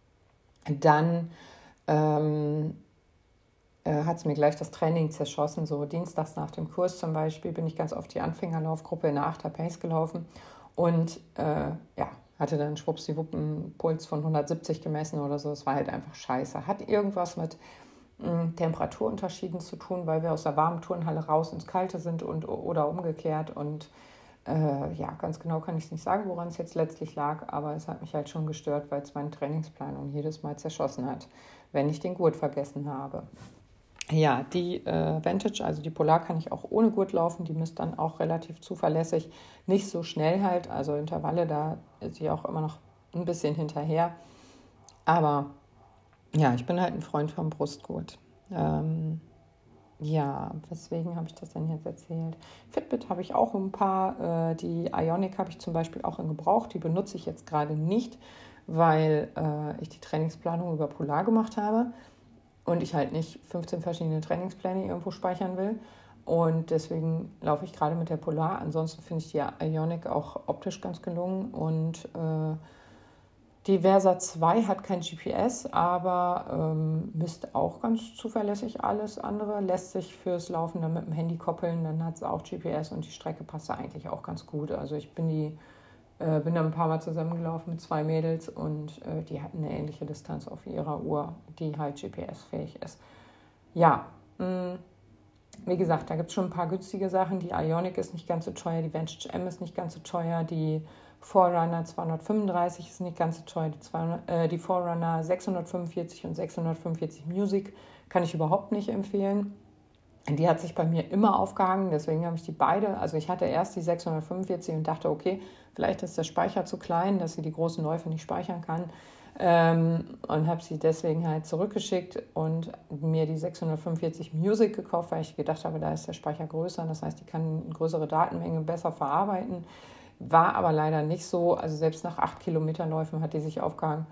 dann ähm, hat es mir gleich das Training zerschossen. So dienstags nach dem Kurs zum Beispiel bin ich ganz oft die Anfängerlaufgruppe in der achter Pace gelaufen und äh, ja, hatte dann schwuppsiwupp einen Puls von hundertsiebzig gemessen oder so. Es war halt einfach scheiße. Hat irgendwas mit mh, Temperaturunterschieden zu tun, weil wir aus der warmen Turnhalle raus ins Kalte sind und oder umgekehrt. Und äh, ja, ganz genau kann ich es nicht sagen, woran es jetzt letztlich lag, aber es hat mich halt schon gestört, weil es meine Trainingsplanung jedes Mal zerschossen hat, wenn ich den Gurt vergessen habe. Ja, die äh, Vantage, also die Polar, kann ich auch ohne Gurt laufen. Die misst dann auch relativ zuverlässig. Nicht so schnell halt, also Intervalle, da ist sie auch immer noch ein bisschen hinterher. Aber ja, ich bin halt ein Freund vom Brustgurt. Ähm, ja, weswegen habe ich das denn jetzt erzählt? Fitbit habe ich auch ein paar. Äh, die Ionic habe ich zum Beispiel auch in Gebrauch. Die benutze ich jetzt gerade nicht, weil äh, ich die Trainingsplanung über Polar gemacht habe. Und ich halt nicht fünfzehn verschiedene Trainingspläne irgendwo speichern will. Und deswegen laufe ich gerade mit der Polar. Ansonsten finde ich die Ionic auch optisch ganz gelungen. Und äh, die Versa zwei hat kein G P S, aber ähm, misst auch ganz zuverlässig alles andere. Lässt sich fürs Laufen dann mit dem Handy koppeln, dann hat es auch G P S und die Strecke passt da eigentlich auch ganz gut. Also ich bin die Äh, bin dann ein paar Mal zusammengelaufen mit zwei Mädels und äh, die hatten eine ähnliche Distanz auf ihrer Uhr, die halt G P S-fähig ist. Ja, mh, wie gesagt, da gibt es schon ein paar günstige Sachen. Die Ionic ist nicht ganz so teuer, die Vantage M ist nicht ganz so teuer, die Forerunner zweihundertfünfunddreißig ist nicht ganz so teuer, die, zweihundert, äh, die Forerunner sechshundertfünfundvierzig und sechshundertfünfundvierzig Music kann ich überhaupt nicht empfehlen. Die hat sich bei mir immer aufgehangen, deswegen habe ich die beide, also ich hatte erst die sechshundertfünfundvierzig und dachte, okay, vielleicht ist der Speicher zu klein, dass sie die großen Läufe nicht speichern kann, ähm, und habe sie deswegen halt zurückgeschickt und mir die sechshundertfünfundvierzig Music gekauft, weil ich gedacht habe, da ist der Speicher größer, das heißt, die kann eine größere Datenmenge besser verarbeiten, war aber leider nicht so, also selbst nach acht Kilometerläufen hat die sich aufgehangen,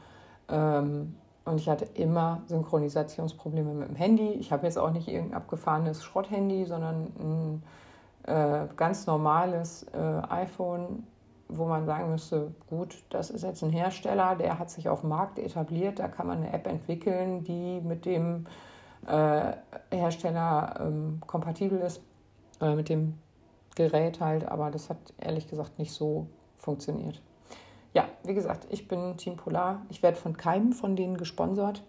ähm, und ich hatte immer Synchronisationsprobleme mit dem Handy. Ich habe jetzt auch nicht irgendein abgefahrenes Schrotthandy, sondern ein äh, ganz normales äh, iPhone, wo man sagen müsste, gut, das ist jetzt ein Hersteller, der hat sich auf dem Markt etabliert, da kann man eine App entwickeln, die mit dem äh, Hersteller ähm, kompatibel ist, äh, mit dem Gerät halt, aber das hat ehrlich gesagt nicht so funktioniert. Ja, wie gesagt, ich bin Team Polar. Ich werde von keinem von denen gesponsert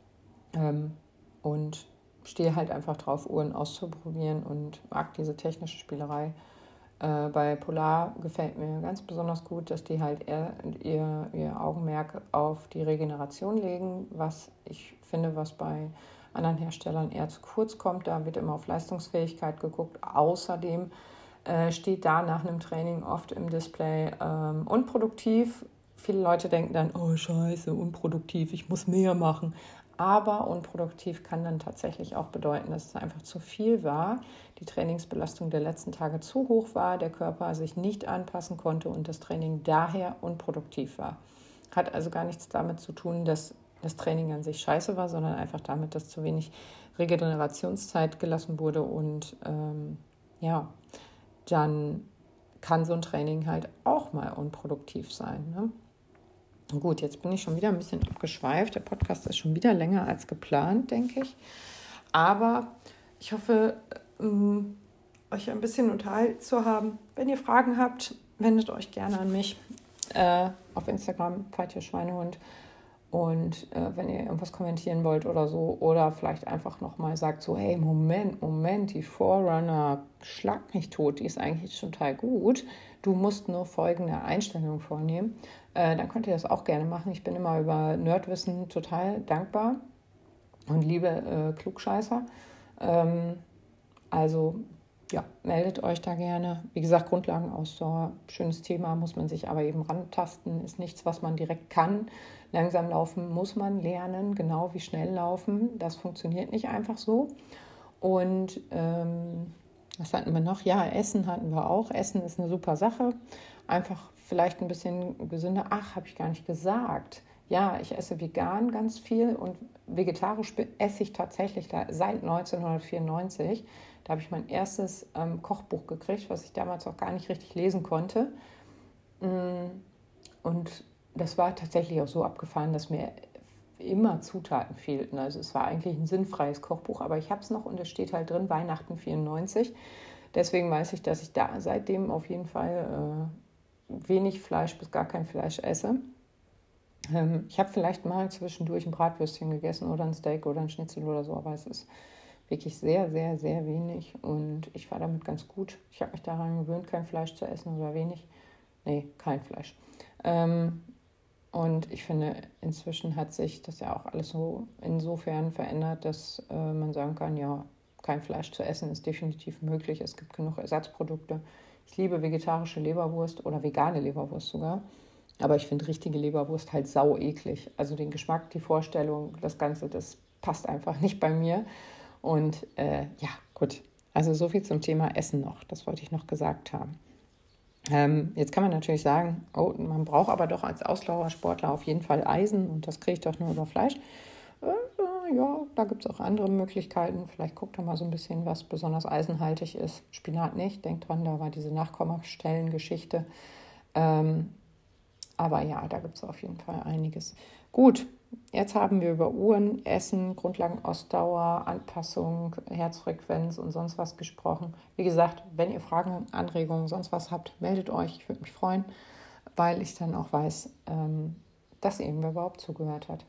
ähm, und stehe halt einfach drauf, Uhren auszuprobieren und mag diese technische Spielerei. Äh, bei Polar gefällt mir ganz besonders gut, dass die halt eher ihr, ihr Augenmerk auf die Regeneration legen, was ich finde, was bei anderen Herstellern eher zu kurz kommt. Da wird immer auf Leistungsfähigkeit geguckt. Außerdem Äh, steht da nach einem Training oft im Display ähm, unproduktiv. Viele Leute denken dann, oh scheiße, unproduktiv, ich muss mehr machen. Aber unproduktiv kann dann tatsächlich auch bedeuten, dass es einfach zu viel war, die Trainingsbelastung der letzten Tage zu hoch war, der Körper sich nicht anpassen konnte und das Training daher unproduktiv war. Hat also gar nichts damit zu tun, dass das Training an sich scheiße war, sondern einfach damit, dass zu wenig Regenerationszeit gelassen wurde und ähm, ja, dann kann so ein Training halt auch mal unproduktiv sein. Ne? Gut, jetzt bin ich schon wieder ein bisschen abgeschweift. Der Podcast ist schon wieder länger als geplant, denke ich. Aber ich hoffe, ähm, euch ein bisschen unterhalten zu haben. Wenn ihr Fragen habt, wendet euch gerne an mich äh, auf Instagram, Fatja Schweinehund. Und äh, wenn ihr irgendwas kommentieren wollt oder so, oder vielleicht einfach nochmal sagt so, hey, Moment, Moment, die Forerunner, schlag mich tot, die ist eigentlich total gut. Du musst nur folgende Einstellung vornehmen. Äh, dann könnt ihr das auch gerne machen. Ich bin immer über Nerdwissen total dankbar und liebe äh, Klugscheißer. Ähm, also ja, meldet euch da gerne. Wie gesagt, Grundlagenausdauer, schönes Thema, muss man sich aber eben rantasten, ist nichts, was man direkt kann. Langsam laufen muss man lernen, genau wie schnell laufen. Das funktioniert nicht einfach so. Und ähm, was hatten wir noch? Ja, Essen hatten wir auch. Essen ist eine super Sache. Einfach vielleicht ein bisschen gesünder. Ach, habe ich gar nicht gesagt. Ja, ich esse vegan ganz viel und vegetarisch esse ich tatsächlich seit neunzehnhundertvierundneunzig. Da habe ich mein erstes ähm, Kochbuch gekriegt, was ich damals auch gar nicht richtig lesen konnte. Und das war tatsächlich auch so abgefahren, dass mir immer Zutaten fehlten. Also es war eigentlich ein sinnfreies Kochbuch, aber ich habe es noch und es steht halt drin, Weihnachten vierundneunzig. Deswegen weiß ich, dass ich da seitdem auf jeden Fall äh, wenig Fleisch bis gar kein Fleisch esse. Ähm, ich habe vielleicht mal zwischendurch ein Bratwürstchen gegessen oder ein Steak oder ein Schnitzel oder so, aber es ist wirklich sehr, sehr, sehr wenig und ich war damit ganz gut. Ich habe mich daran gewöhnt, kein Fleisch zu essen oder wenig. Nee, kein Fleisch. Ähm, und ich finde, inzwischen hat sich das ja auch alles so insofern verändert, dass äh, man sagen kann, ja, kein Fleisch zu essen ist definitiv möglich. Es gibt genug Ersatzprodukte. Ich liebe vegetarische Leberwurst oder vegane Leberwurst sogar. Aber ich finde richtige Leberwurst halt sau eklig. Also den Geschmack, die Vorstellung, das Ganze, das passt einfach nicht bei mir. Und äh, ja, gut. Also so viel zum Thema Essen noch. Das wollte ich noch gesagt haben. Ähm, jetzt kann man natürlich sagen, oh, man braucht aber doch als Ausdauersportler auf jeden Fall Eisen und das kriege ich doch nur über Fleisch. Äh, ja, da gibt es auch andere Möglichkeiten. Vielleicht guckt doch mal so ein bisschen, was besonders eisenhaltig ist. Spinat nicht. Denkt dran, da war diese Nachkommastellengeschichte. Ähm, Aber ja, da gibt es auf jeden Fall einiges. Gut, jetzt haben wir über Uhren, Essen, Grundlagenausdauer, Anpassung, Herzfrequenz und sonst was gesprochen. Wie gesagt, wenn ihr Fragen, Anregungen, sonst was habt, meldet euch. Ich würde mich freuen, weil ich dann auch weiß, ähm, dass ihr mir überhaupt zugehört hat.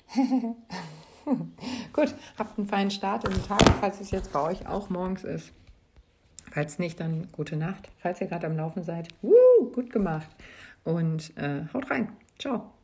Gut, habt einen feinen Start in den Tag, falls es jetzt bei euch auch morgens ist. Falls nicht, dann gute Nacht. Falls ihr gerade am Laufen seid, wuh, gut gemacht. Und äh, haut rein. Ciao.